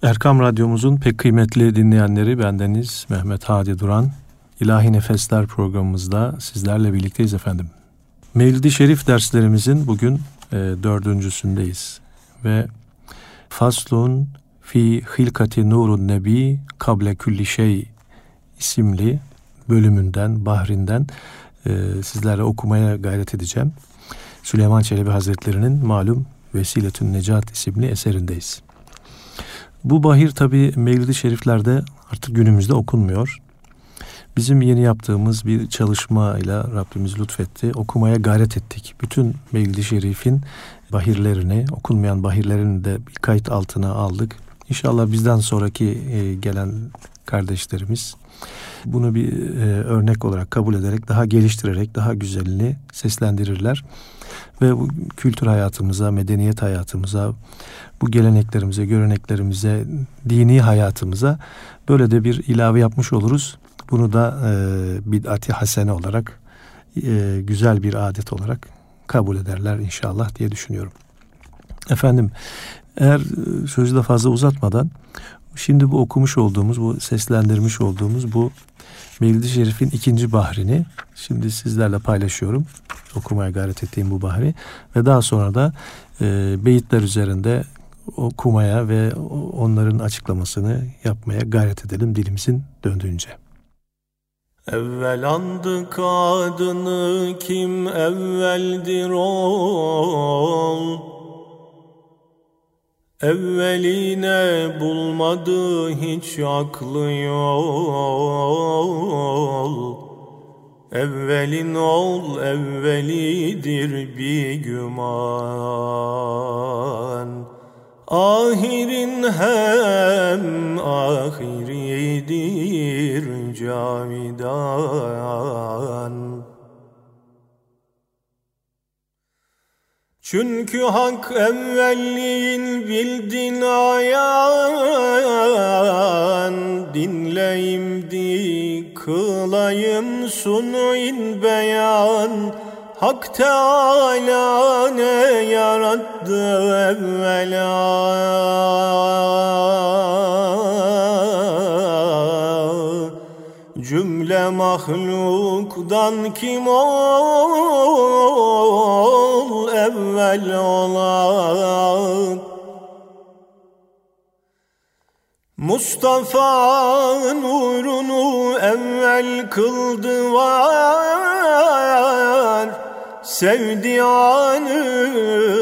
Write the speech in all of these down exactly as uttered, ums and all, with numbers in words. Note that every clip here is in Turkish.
Erkam Radyomuzun pek kıymetli dinleyenleri, bendeniz Mehmet Hadi Duran. İlahi Nefesler programımızda sizlerle birlikteyiz efendim. Mevlid-i Şerif derslerimizin bugün e, dördüncüsündeyiz. Ve Faslun fi hilkati nurun nebi kable külli şey isimli bölümünden, bahrinden e, sizlerle okumaya gayret edeceğim. Süleyman Çelebi Hazretleri'nin malum Vesiletün Necat isimli eserindeyiz. Bu bahir tabi Mevlid-i Şeriflerde artık günümüzde okunmuyor. Bizim yeni yaptığımız bir çalışmayla Rabbimiz lütfetti. Okumaya gayret ettik. Bütün Mevlid-i Şerif'in bahirlerini, okunmayan bahirlerini de bir kayıt altına aldık. İnşallah bizden sonraki gelen kardeşlerimiz bunu bir örnek olarak kabul ederek, daha geliştirerek, daha güzelini seslendirirler. Ve bu kültür hayatımıza, medeniyet hayatımıza, bu geleneklerimize, göreneklerimize, dini hayatımıza böyle de bir ilave yapmış oluruz. Bunu da e, bid'ati hasene olarak, e, güzel bir adet olarak kabul ederler inşallah diye düşünüyorum. Efendim, eğer sözü de fazla uzatmadan, şimdi bu okumuş olduğumuz, bu seslendirmiş olduğumuz bu Mevlid-i Şerif'in ikinci bahrini şimdi sizlerle paylaşıyorum. Okumaya gayret ettiğim bu bahri ve daha sonra da e, beyitler üzerinde okumaya ve onların açıklamasını yapmaya gayret edelim dilimizin döndüğünce. Evvel andık adını kim evveldir ol, evveline bulmadı hiç aklı yol. Evvelin ol evvelidir bir güman, ahirin hem ahiridir cavidan. Çünkü hak evvelliğin bildin ayan, dinleyimdi kılayım sun'in beyan. Hak Teâlâ ne yarattı evvela, cümle mahluktan kim ol evvel olan. Mustafa nurunu evvel kıldı var, sevdi anı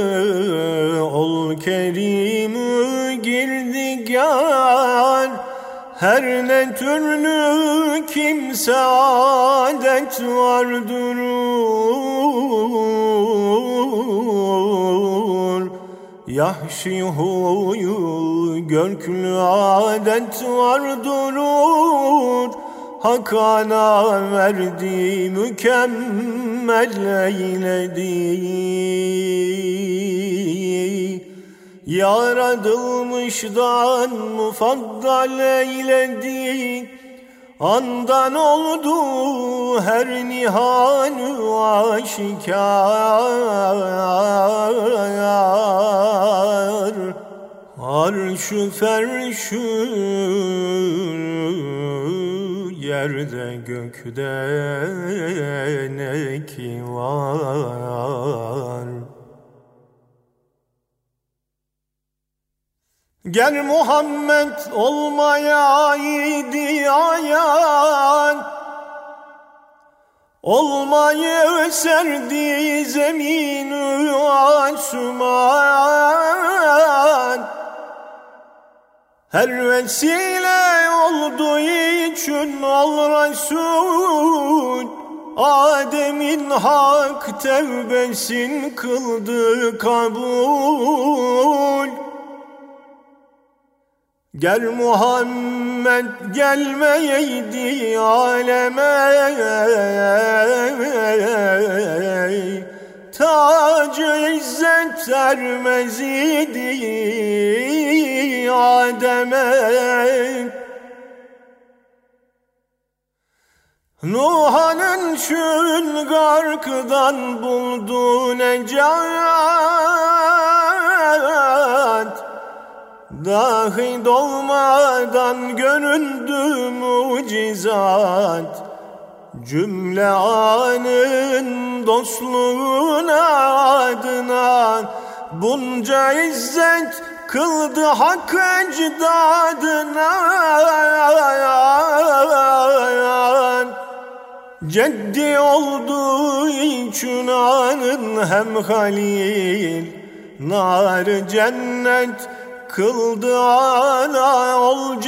ol kerim girdigar. Her ne türlü kimse adet var durur, yahşi huyu görklü adet var durur. Hak ana verdi mükemmel eyledi, yaratılmıştan mufaddal eyledi. Andan oldu her nihanü aşikar, arş-ı ferş-ü yerde gökte ne ki var. Gel Muhammed olmaya idi ayan, olmayı serdi zemin-ü asuman. Her vesile olduğu için ol Resul, Adem'in hak tevbesin kıldı kabul. Gel Muhammed gelmeyeydi aleme, tacı izzet ermez idi Adem'e. Nuhan'ın çün garkıdan buldu necat, dahi dolmadan göründü mucizat. Cümle anın dostluğuna adına bunca izzet kıldı hak ecdadına. Ceddi olduğu için anın hem halil, nar cennet kıldı ana ol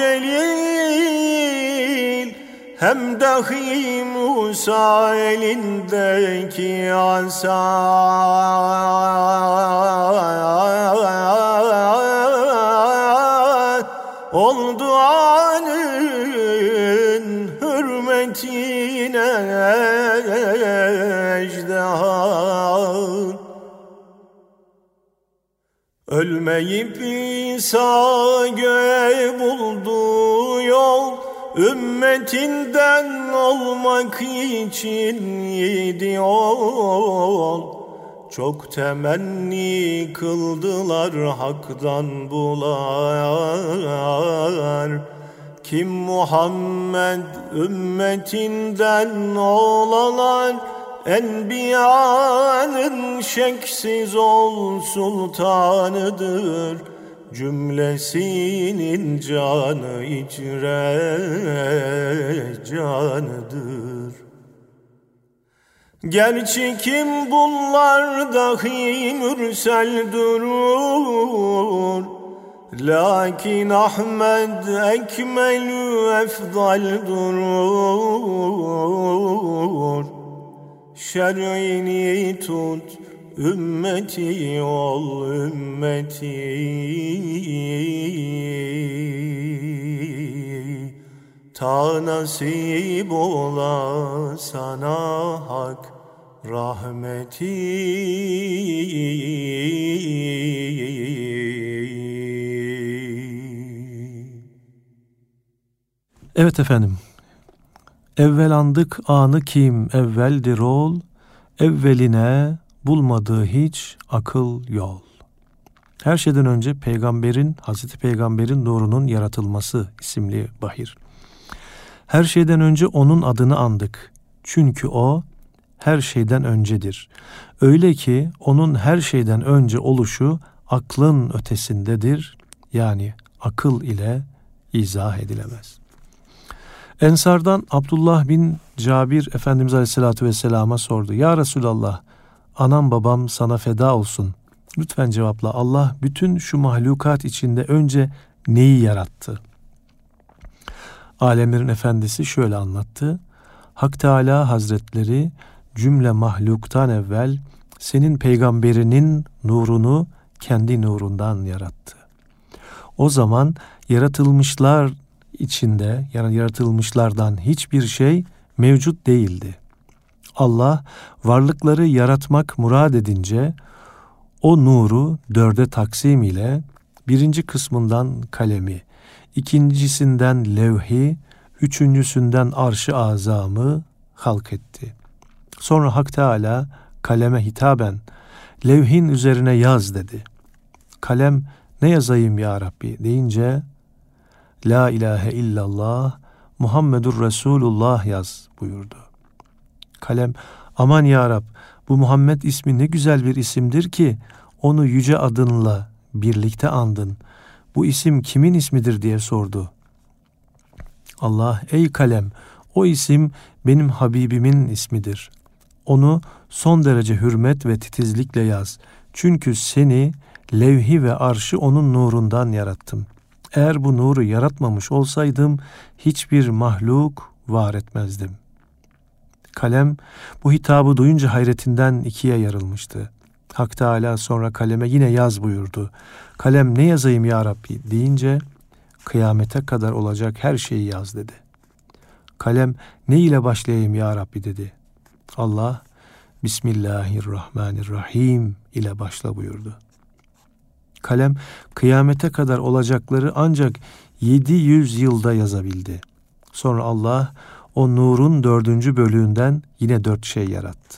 celil. Hem dahi Musa elindeki asa oldu anın hürmetine ejderha. Ölmeyip İsa göğe buldu yol, ümmetinden olmak için yedi yol. Çok temenni kıldılar haktan bular. Kim Muhammed ümmetinden olalar, Enbiyanın şeksiz ol sultanıdır. Cümlesinin canı icre canıdır. Gerçi kim bunlar dahi mürsel durur, lakin Ahmed ekmelü efdal durur. Şer'ini tut, ümmeti ol ümmeti. Ta nasip ola sana hak rahmeti. Evet efendim. Evvel andık anı kim evveldir ol, evveline bulmadığı hiç akıl yol. Her şeyden önce peygamberin, Hazreti Peygamber'in nurunun yaratılması isimli bahir. Her şeyden önce onun adını andık. Çünkü o her şeyden öncedir. Öyle ki onun her şeyden önce oluşu aklın ötesindedir. Yani akıl ile izah edilemez. Ensardan Abdullah bin Cabir Efendimiz Aleyhisselatü Vesselam'a sordu. Ya Resulallah, anam babam sana feda olsun. Lütfen cevapla, Allah bütün şu mahlukat içinde önce neyi yarattı? Alemlerin Efendisi şöyle anlattı. Hak Teâlâ Hazretleri cümle mahluktan evvel senin peygamberinin nurunu kendi nurundan yarattı. O zaman yaratılmışlar içinde, yani yaratılmışlardan hiçbir şey mevcut değildi. Allah varlıkları yaratmak murad edince o nuru dörde taksim ile birinci kısmından kalemi, ikincisinden levhi, üçüncüsünden arş-ı azamı halk etti. Sonra Hak Teâlâ kaleme hitaben levhin üzerine yaz dedi. Kalem ne yazayım ya Rabbi deyince La ilahe illallah Muhammedur Resulullah yaz buyurdu. Kalem aman ya Rab, bu Muhammed ismi ne güzel bir isimdir ki onu yüce adınla birlikte andın. Bu isim kimin ismidir diye sordu. Allah ey kalem, o isim benim Habibimin ismidir. Onu son derece hürmet ve titizlikle yaz. Çünkü seni levhi ve arşı onun nurundan yarattım. Eğer bu nuru yaratmamış olsaydım hiçbir mahluk var etmezdim. Kalem bu hitabı duyunca hayretinden ikiye yarılmıştı. Hak Teâlâ sonra kaleme yine yaz buyurdu. Kalem ne yazayım ya Rabbi deyince kıyamete kadar olacak her şeyi yaz dedi. Kalem ne ile başlayayım ya Rabbi dedi. Allah Bismillahirrahmanirrahim ile başla buyurdu. Kalem kıyamete kadar olacakları ancak yedi yüz yılda yazabildi. Sonra Allah o nurun dördüncü bölüğünden yine dört şey yarattı.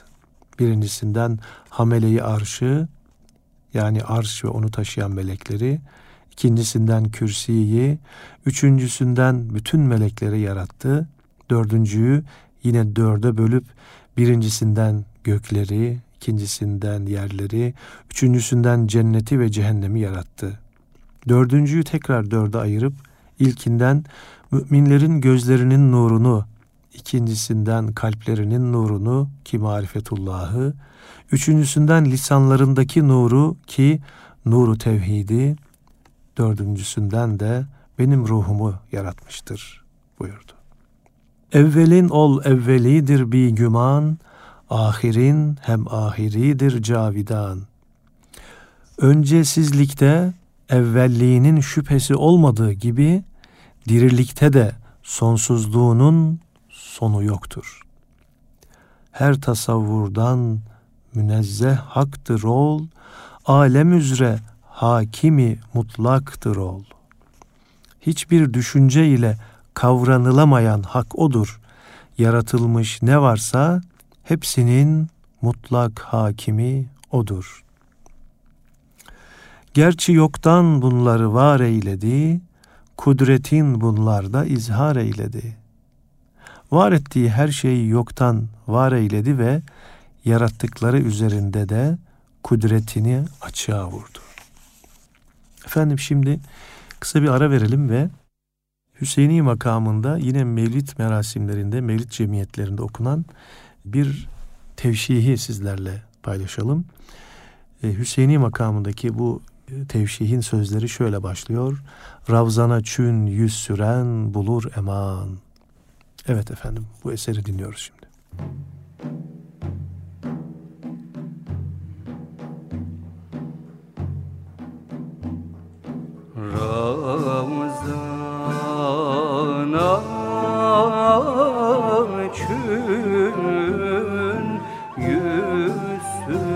Birincisinden hamele-i arşı, yani arş ve onu taşıyan melekleri, ikincisinden kürsiyi, üçüncüsünden bütün melekleri yarattı. Dördüncüyü yine dörde bölüp birincisinden gökleri, ikincisinden yerleri, üçüncüsünden cenneti ve cehennemi yarattı. Dördüncüyü tekrar dörde ayırıp ilkinden müminlerin gözlerinin nurunu, ikincisinden kalplerinin nurunu ki marifetullahı, üçüncüsünden lisanlarındaki nuru ki nuru tevhidi, dördüncüsünden de benim ruhumu yaratmıştır buyurdu. Evvelin ol evvelidir bi güman, ahirin hem ahiridir cavidan. Öncesizlikte evvelliğinin şüphesi olmadığı gibi dirilikte de sonsuzluğunun sonu yoktur. Her tasavvurdan münezzeh haktır ol, alem üzere hakimi mutlaktır ol. Hiçbir düşünce ile kavranılamayan hak odur. Yaratılmış ne varsa hepsinin mutlak hakimi odur. Gerçi yoktan bunları var eyledi, kudretin bunlarda izhar eyledi. Var ettiği her şeyi yoktan var eyledi ve yarattıkları üzerinde de kudretini açığa vurdu. Efendim şimdi kısa bir ara verelim ve Hüseyini makamında yine mevlid merasimlerinde, mevlid cemiyetlerinde okunan bir tevşihi sizlerle paylaşalım. Hüseyini makamındaki bu tevşihin sözleri şöyle başlıyor. Ravzana çün yüz süren bulur eman. Evet efendim, bu eseri dinliyoruz şimdi. Ravzana çün yüz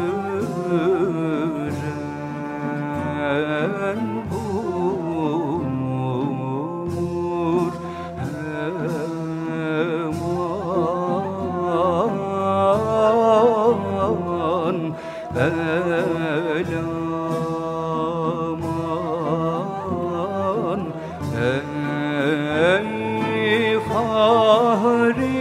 süren bulur eman elaman ey fahri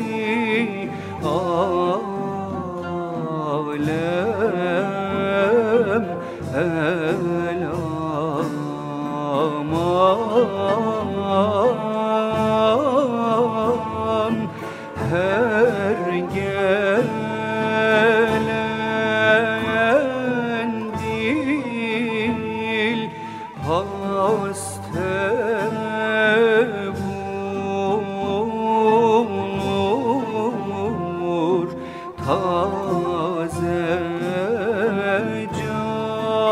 alem elaman her gelen dil haste bulur taze can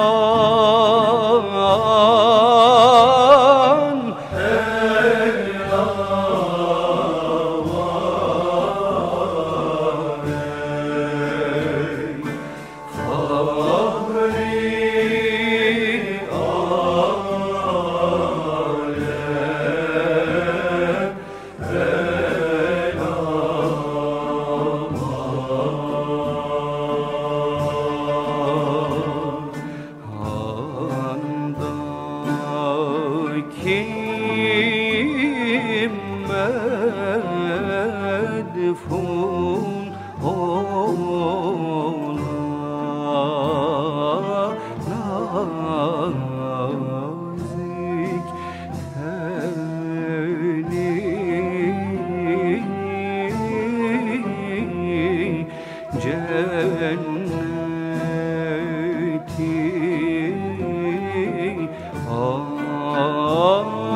medfun ola nazik teni cenneti ah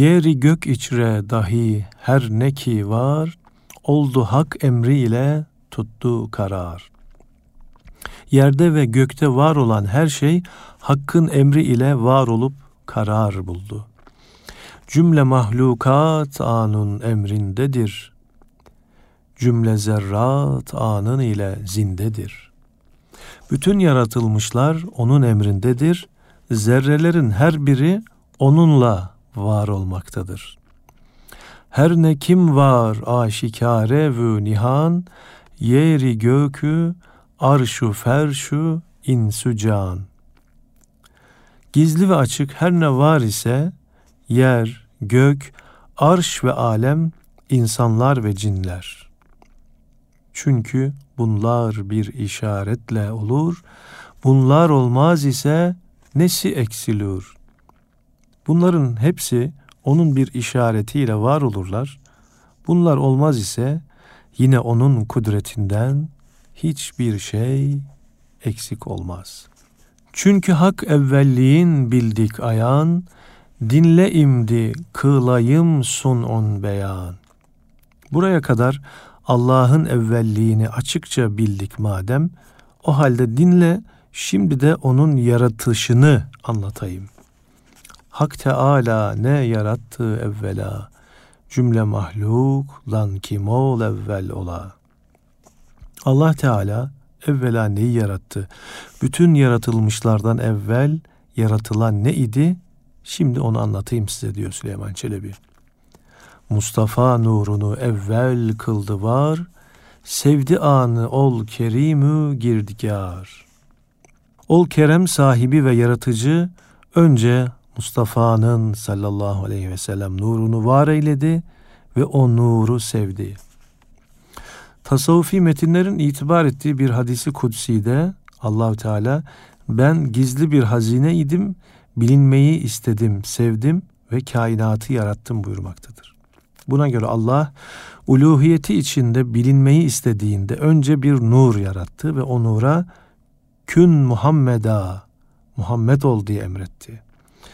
Yeri gök içre dahi her ne ki var, oldu hak emriyle tuttu karar. Yerde ve gökte var olan her şey Hakk'ın emri ile var olup karar buldu. Cümle mahlukat anın emrindedir. Cümle zerrat anın ile zindedir. Bütün yaratılmışlar onun emrindedir. Zerrelerin her biri onunla var olmaktadır. Her ne kim var aşikare ve nihan, yeri gökü, arşu ferşu, insü can. Gizli ve açık her ne var ise, yer, gök, arş ve alem, insanlar ve cinler. Çünkü bunlar bir işaretle olur, bunlar olmaz ise nesi eksilir? Bunların hepsi onun bir işaretiyle var olurlar. Bunlar olmaz ise yine onun kudretinden hiçbir şey eksik olmaz. Çünkü hak evvelliğin bildik ayan, dinle imdi kılayım sun'un beyan. Buraya kadar Allah'ın evvelliğini açıkça bildik madem, o halde dinle, şimdi de onun yaratışını anlatayım. Hak Teâlâ ne yarattı evvela, cümle mahluk lan kim ol evvel ola. Allah Teala evvela neyi yarattı? Bütün yaratılmışlardan evvel yaratılan ne idi? Şimdi onu anlatayım size diyor Süleyman Çelebi. Mustafa nurunu evvel kıldı var, sevdi anı ol kerimü girdikâr. Ol kerem sahibi ve yaratıcı, önce Mustafa'nın sallallahu aleyhi ve sellem nurunu var eyledi ve o nuru sevdi. Tasavvufi metinlerin itibar ettiği bir hadisi kudside Allah-u Teala, ben gizli bir hazine idim, bilinmeyi istedim, sevdim ve kainatı yarattım buyurmaktadır. Buna göre Allah uluhiyeti içinde bilinmeyi istediğinde önce bir nur yarattı ve o nura kün Muhammeda, Muhammed ol diye emretti.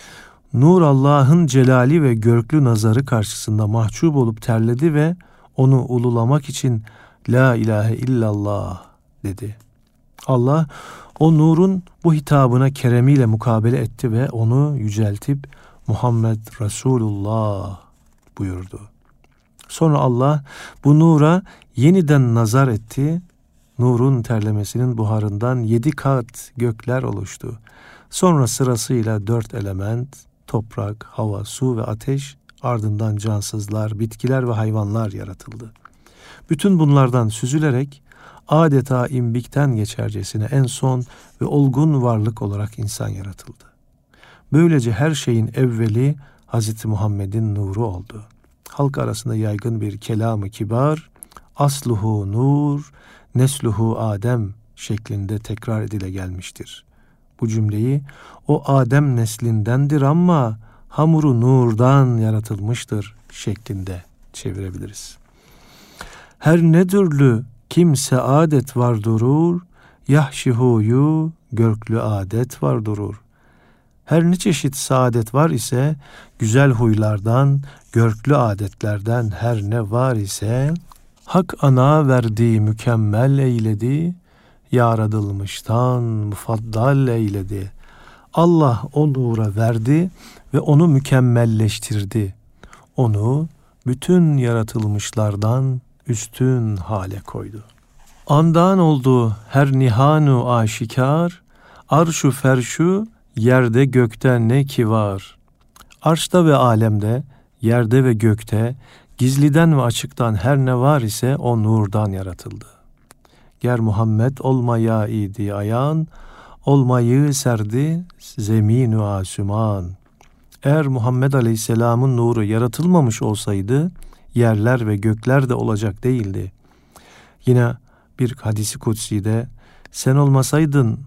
Nur Allah'ın celali ve görklü nazarı karşısında mahcup olup terledi ve onu ululamak için La ilahe illallah dedi. Allah o nurun bu hitabına keremiyle mukabele etti ve onu yüceltip Muhammed Resulullah buyurdu. Sonra Allah bu nura yeniden nazar etti. Nurun terlemesinin buharından yedi kat gökler oluştu. Sonra sırasıyla dört element, toprak, hava, su ve ateş, ardından cansızlar, bitkiler ve hayvanlar yaratıldı. Bütün bunlardan süzülerek adeta imbikten geçercesine en son ve olgun varlık olarak insan yaratıldı. Böylece her şeyin evveli Hazreti Muhammed'in nuru oldu. Halk arasında yaygın bir kelam-ı kibar, asluhu nur, nesluhu Adem şeklinde tekrar edile gelmiştir. Bu cümleyi o Adem neslindendir ama hamuru nurdan yaratılmıştır şeklinde çevirebiliriz. Her ne türlü kimse adet var durur, yahşihuyu görklü adet var durur. Her ne çeşit saadet var ise güzel huylardan, görklü adetlerden her ne var ise hak ana verdiği mükemmel eyledi, yaradılmıştan mufaddal eyledi. Allah o nura verdi ve onu mükemmelleştirdi. Onu bütün yaratılmışlardan üstün hale koydu. Andan oldu her nihanu aşikar, arşu ferşu yerde gökte ne ki var. Arşta ve alemde, yerde ve gökte, gizliden ve açıktan her ne var ise o nurdan yaratıldı. Ger Muhammed olmaya idi ayan, olmayı serdi zeminu asüman. Eğer Muhammed Aleyhisselam'ın nuru yaratılmamış olsaydı, yerler ve gökler de olacak değildi. Yine bir hadisi kutside, sen olmasaydın,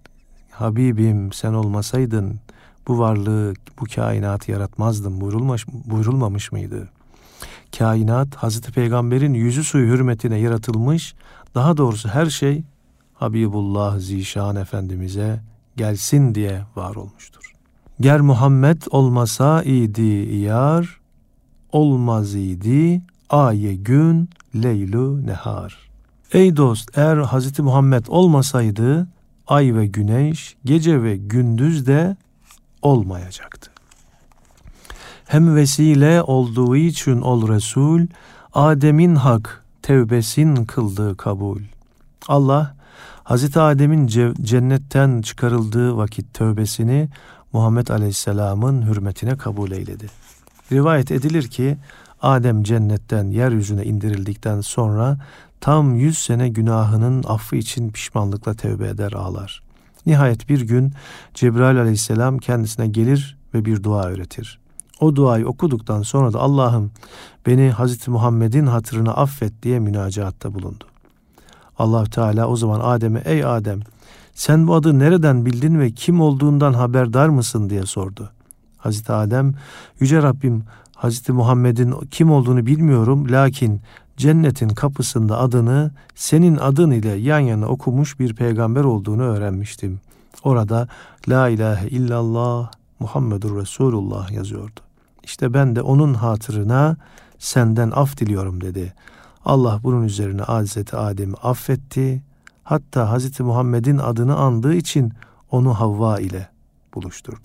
Habibim sen olmasaydın, bu varlığı, bu kainatı yaratmazdım buyurulmuş, buyurulmamış mıydı? Kainat, Hazreti Peygamber'in yüzü suyu hürmetine yaratılmış, daha doğrusu her şey, Habibullah Zişan Efendimiz'e gelsin diye var olmuştur. Ger Muhammed olmasa idi iyar, olmaz idi aye gün leylu nehar. Ey dost, eğer Hazreti Muhammed olmasaydı ay ve güneş, gece ve gündüz de olmayacaktı. Hem vesile olduğu için ol Resul, Adem'in hak tevbesin kıldığı kabul. Allah Hazreti Adem'in cennetten çıkarıldığı vakit tövbesini Muhammed Aleyhisselam'ın hürmetine kabul eyledi. Rivayet edilir ki Adem cennetten yeryüzüne indirildikten sonra tam yüz sene günahının affı için pişmanlıkla tevbe eder ağlar. Nihayet bir gün Cebrail Aleyhisselam kendisine gelir ve bir dua öğretir. O duayı okuduktan sonra da Allah'ım beni Hazreti Muhammed'in hatırına affet diye münacaatta bulundu. Allah Teala o zaman Adem'e ey Adem sen bu adı nereden bildin ve kim olduğundan haberdar mısın diye sordu. Hazreti Adem Yüce Rabbim Hazreti Muhammed'in kim olduğunu bilmiyorum lakin cennetin kapısında adını senin adın ile yan yana okumuş bir peygamber olduğunu öğrenmiştim. Orada La ilahe illallah Muhammedur Resulullah yazıyordu. İşte ben de onun hatırına senden af diliyorum dedi. Allah bunun üzerine Hazreti Adem'i affetti. Hatta Hazreti Muhammed'in adını andığı için onu Havva ile buluşturdu.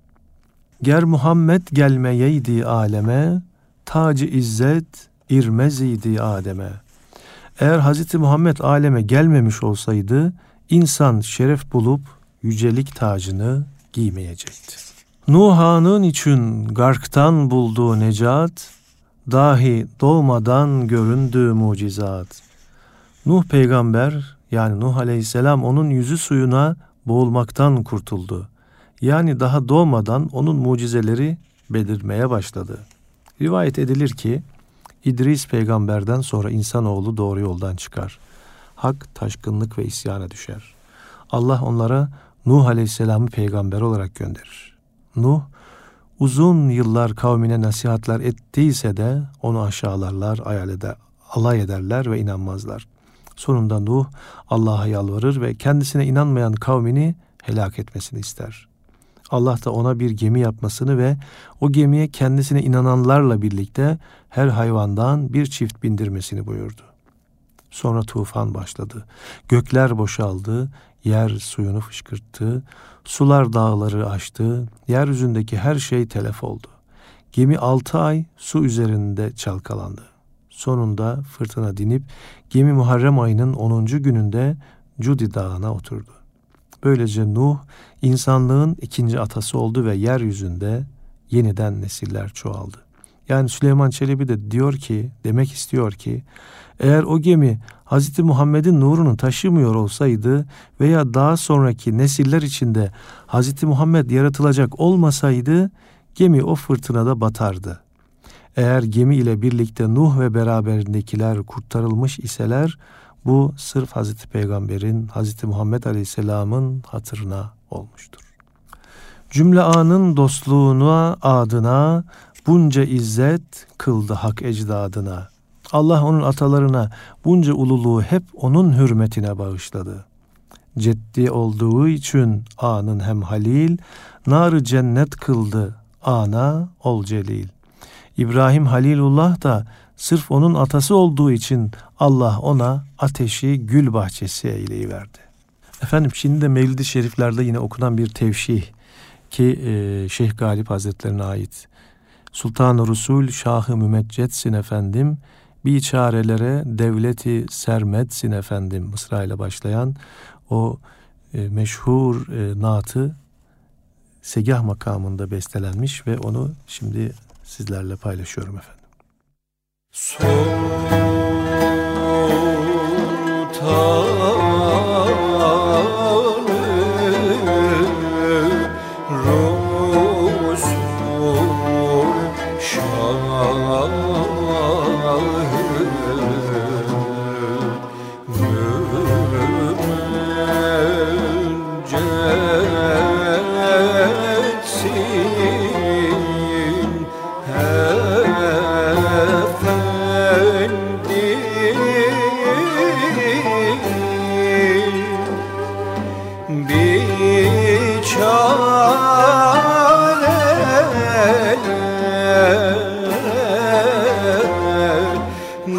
Ger Muhammed gelmeyeydi aleme, tacı izzet irmeziydi Adem'e. Eğer Hazreti Muhammed aleme gelmemiş olsaydı, insan şeref bulup yücelik tacını giymeyecekti. Nuh Han'ın için garktan bulduğu necat, dahi doğmadan göründü mucizat. Nuh peygamber yani Nuh aleyhisselam onun yüzü suyuna boğulmaktan kurtuldu. Yani daha doğmadan onun mucizeleri belirmeye başladı. Rivayet edilir ki İdris peygamberden sonra insanoğlu doğru yoldan çıkar. Hak, taşkınlık ve isyana düşer. Allah onlara Nuh aleyhisselamı peygamber olarak gönderir. Nuh uzun yıllar kavmine nasihatler ettiyse de onu aşağılarlar, alay ederler ve inanmazlar. Sonunda Nuh Allah'a yalvarır ve kendisine inanmayan kavmini helak etmesini ister. Allah da ona bir gemi yapmasını ve o gemiye kendisine inananlarla birlikte her hayvandan bir çift bindirmesini buyurdu. Sonra tufan başladı. Gökler boşaldı, yer suyunu fışkırttı, sular dağları aştı, yeryüzündeki her şey telef oldu. Gemi altı ay su üzerinde çalkalandı. Sonunda fırtına dinip gemi Muharrem ayının onuncu gününde Cudi Dağı'na oturdu. Böylece Nuh insanlığın ikinci atası oldu ve yeryüzünde yeniden nesiller çoğaldı. Yani Süleyman Çelebi de diyor ki, demek istiyor ki, eğer o gemi Hazreti Muhammed'in nurunu taşımıyor olsaydı veya daha sonraki nesiller içinde Hazreti Muhammed yaratılacak olmasaydı gemi o fırtınada batardı. Eğer gemi ile birlikte Nuh ve beraberindekiler kurtarılmış iseler bu sırf Hazreti Peygamber'in, Hazreti Muhammed Aleyhisselam'ın hatırına olmuştur. Cümle anın dostluğuna adına bunca izzet kıldı hak ecdadına. Allah onun atalarına bunca ululuğu hep onun hürmetine bağışladı. Ceddi olduğu için anın hem halil, nar-ı cennet kıldı ana ol celil. İbrahim Halilullah da sırf onun atası olduğu için Allah ona ateşi gül bahçesi eyleyiverdi. Efendim şimdi de Mevlid-i Şeriflerde yine okunan bir tevşih ki e, Şeyh Galip Hazretlerine ait. Sultan-ı Resul Şah-ı Mümeccetsin efendim, biçarelere devleti sermetsin efendim mısra ile başlayan o e, meşhur e, naatı segah makamında bestelenmiş ve onu şimdi sizlerle paylaşıyorum efendim. Sultan Efendim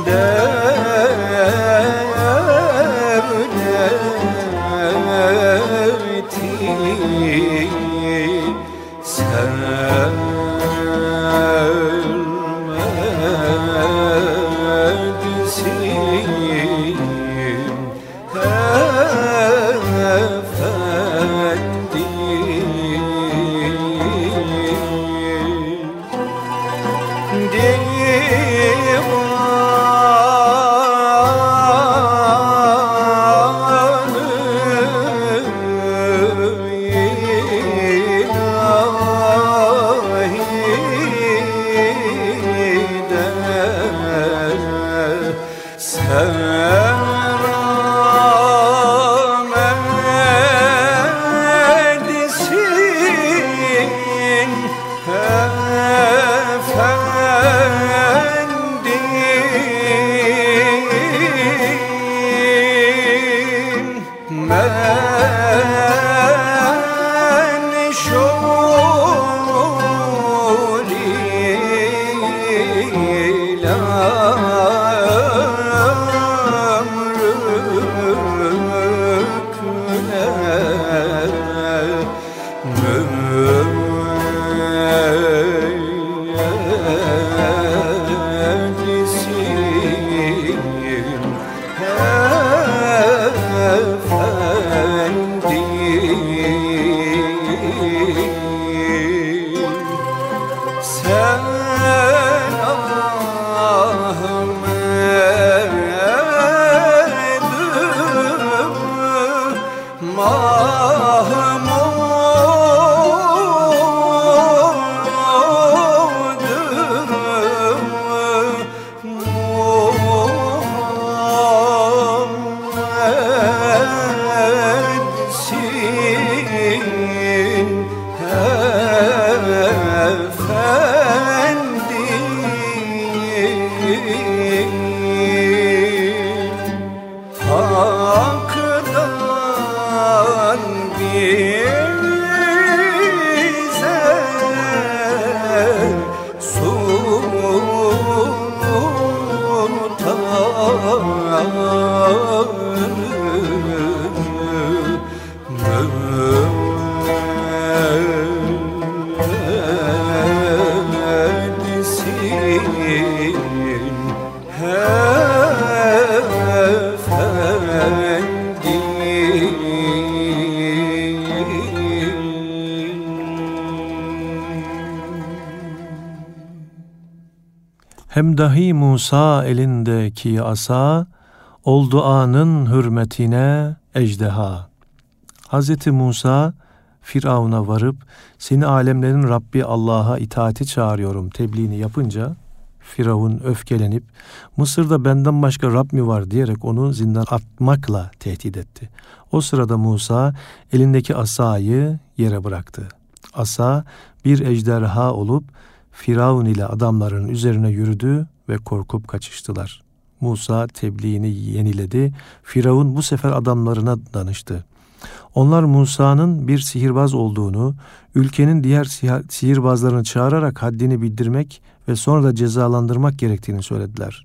Hem dahi Musa elindeki asa, oldu anın hürmetine ejdeha. Hazreti Musa Firavun'a varıp seni alemlerin Rabbi Allah'a itaati çağırıyorum tebliğini yapınca Firavun öfkelenip Mısır'da benden başka Rab mi var diyerek onu zindan atmakla tehdit etti. O sırada Musa elindeki asayı yere bıraktı. Asa bir ejderha olup Firavun ile adamların üzerine yürüdü ve korkup kaçıştılar. Musa tebliğini yeniledi. Firavun bu sefer adamlarına danıştı. Onlar Musa'nın bir sihirbaz olduğunu, ülkenin diğer sihirbazlarını çağırarak haddini bildirmek ve sonra da cezalandırmak gerektiğini söylediler.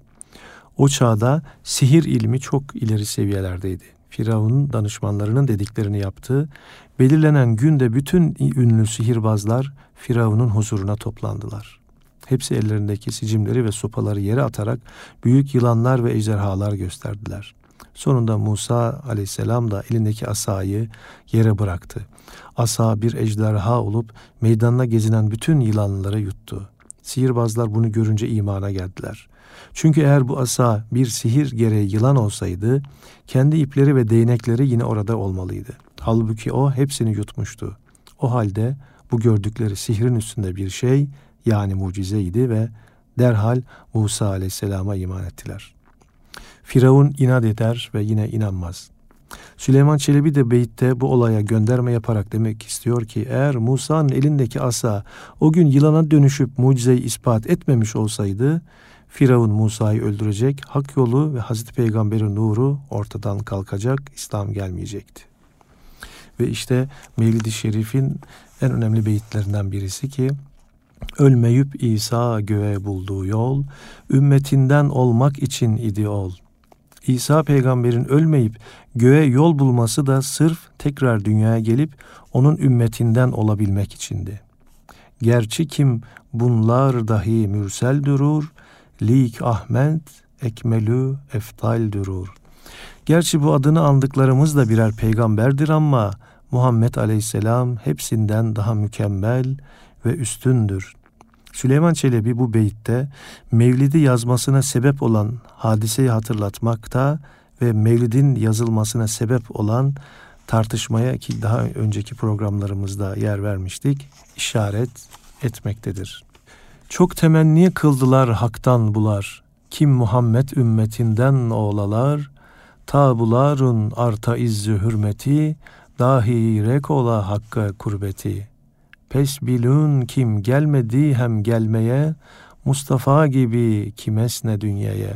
O çağda sihir ilmi çok ileri seviyelerdeydi. Firavun'un danışmanlarının dediklerini yaptı. Belirlenen günde bütün ünlü sihirbazlar Firavun'un huzuruna toplandılar. Hepsi ellerindeki sicimleri ve sopaları yere atarak büyük yılanlar ve ejderhalar gösterdiler. Sonunda Musa aleyhisselam da elindeki asayı yere bıraktı. Asa bir ejderha olup meydanına gezinen bütün yılanları yuttu. Sihirbazlar bunu görünce imana geldiler. Çünkü eğer bu asa bir sihir gereği yılan olsaydı, kendi ipleri ve değnekleri yine orada olmalıydı. Halbuki o hepsini yutmuştu. O halde bu gördükleri sihrin üstünde bir şey, yani mucizeydi ve derhal Musa aleyhisselama iman ettiler. Firavun inat eder ve yine inanmaz. Süleyman Çelebi de beytte bu olaya gönderme yaparak demek istiyor ki eğer Musa'nın elindeki asa o gün yılana dönüşüp mucizeyi ispat etmemiş olsaydı Firavun Musa'yı öldürecek, hak yolu ve Hazreti Peygamber'in nuru ortadan kalkacak, İslam gelmeyecekti. Ve işte Mevlid-i Şerif'in en önemli beyitlerinden birisi ki Ölmeyüp İsa göğe bulduğu yol, ümmetinden olmak için idi ol. İsa peygamberin ölmeyip göğe yol bulması da sırf tekrar dünyaya gelip onun ümmetinden olabilmek içindi. Gerçi kim bunlar dahi mürsel durur, lik Ahmet ekmelü eftal durur. Gerçi bu adını andıklarımız da birer peygamberdir ama Muhammed Aleyhisselam hepsinden daha mükemmel ve üstündür. Süleyman Çelebi bu beytte Mevlid'i yazmasına sebep olan hadiseyi hatırlatmakta ve Mevlid'in yazılmasına sebep olan tartışmaya, ki daha önceki programlarımızda yer vermiştik, işaret etmektedir. Çok temenni kıldılar haktan bular, kim Muhammed ümmetinden oğlalar, ta bularun arta izzü hürmeti, dahi rek ola hakka kurbeti. Pes bilun kim gelmedi hem gelmeye, Mustafa gibi kimesne dünyaya.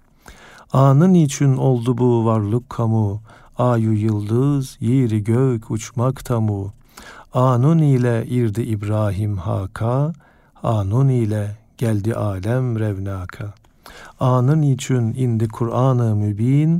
Anın için oldu bu varlık kamu, ayu yıldız, yeri gök uçmak tamu. Anun ile irdi İbrahim haka, anun ile geldi alem revnaka. Anın için indi Kur'an-ı Mübin,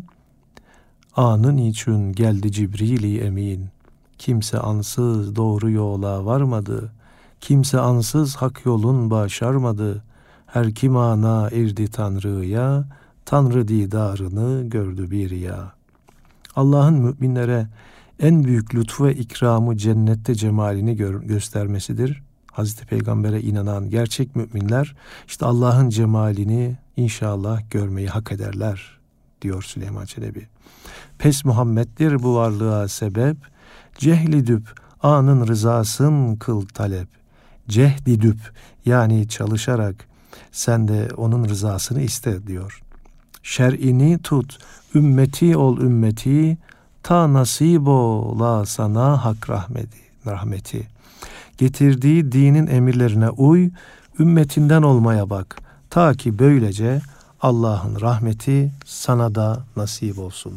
anın için geldi Cibril-i Emin. Kimse ansız doğru yola varmadı, kimse ansız hak yolun başarmadı. Her kim ana erdi Tanrı'ya, Tanrı didarını gördü bir ya. Allah'ın müminlere en büyük lütfu ve ikramı cennette cemalini gör- göstermesidir. Hazreti Peygamber'e inanan gerçek müminler işte Allah'ın cemalini inşallah görmeyi hak ederler diyor Süleyman Çelebi. Pes Muhammed'dir bu varlığa sebep, cehlidüp anın rızasın kıl talep. Cehdidüp yani çalışarak sen de onun rızasını iste diyor. Şer'ini tut, ümmeti ol ümmeti, ta nasip ola sana hak rahmeti. rahmeti. Getirdiği dinin emirlerine uy, ümmetinden olmaya bak. Ta ki böylece Allah'ın rahmeti sana da nasip olsun.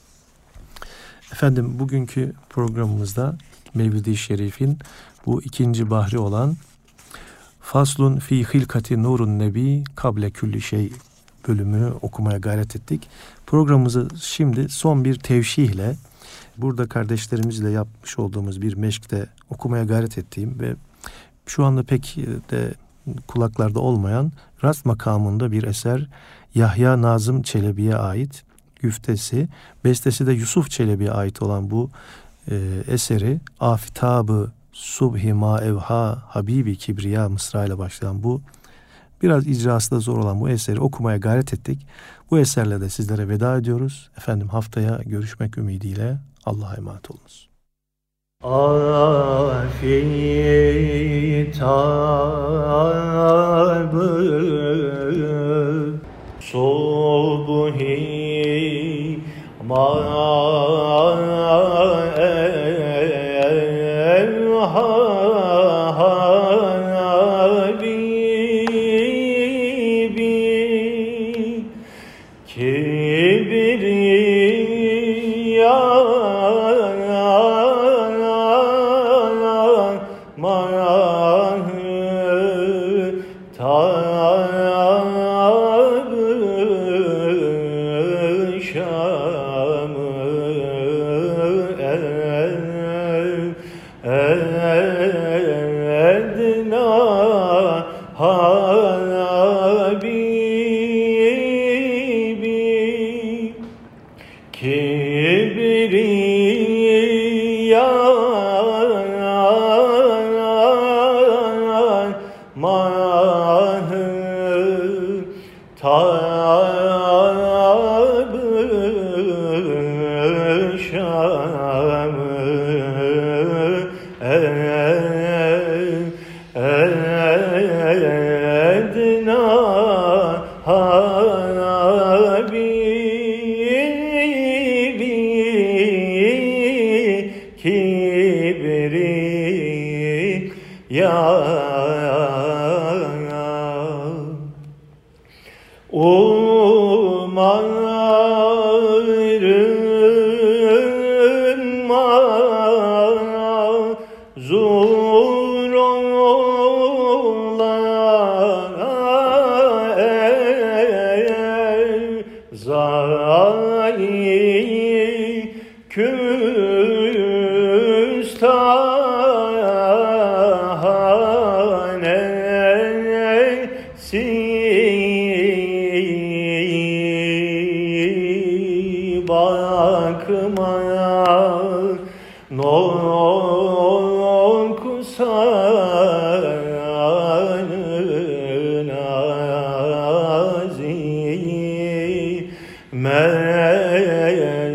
Efendim bugünkü programımızda Mevlid-i Şerif'in bu ikinci bahri olan Faslun fi hilkati nurun nebi kable külli şey bölümünü okumaya gayret ettik. Programımızı şimdi son bir tevşihle, burada kardeşlerimizle yapmış olduğumuz bir meşkte okumaya gayret ettiğim ve şu anda pek de kulaklarda olmayan rast makamında bir eser, Yahya Nazım Çelebi'ye ait güftesi, bestesi de Yusuf Çelebi'ye ait olan bu e, eseri Afitab-ı Subhi ma evha Habibi Kibriya mısra ile başlayan bu biraz icrası da zor olan bu eseri okumaya gayret ettik. Bu eserle de sizlere veda ediyoruz. Efendim haftaya görüşmek ümidiyle Allah'a emanet olunuz. Afitab-ı Subhi ma Zor ola zayi küstanesi bakmaya noksanın azi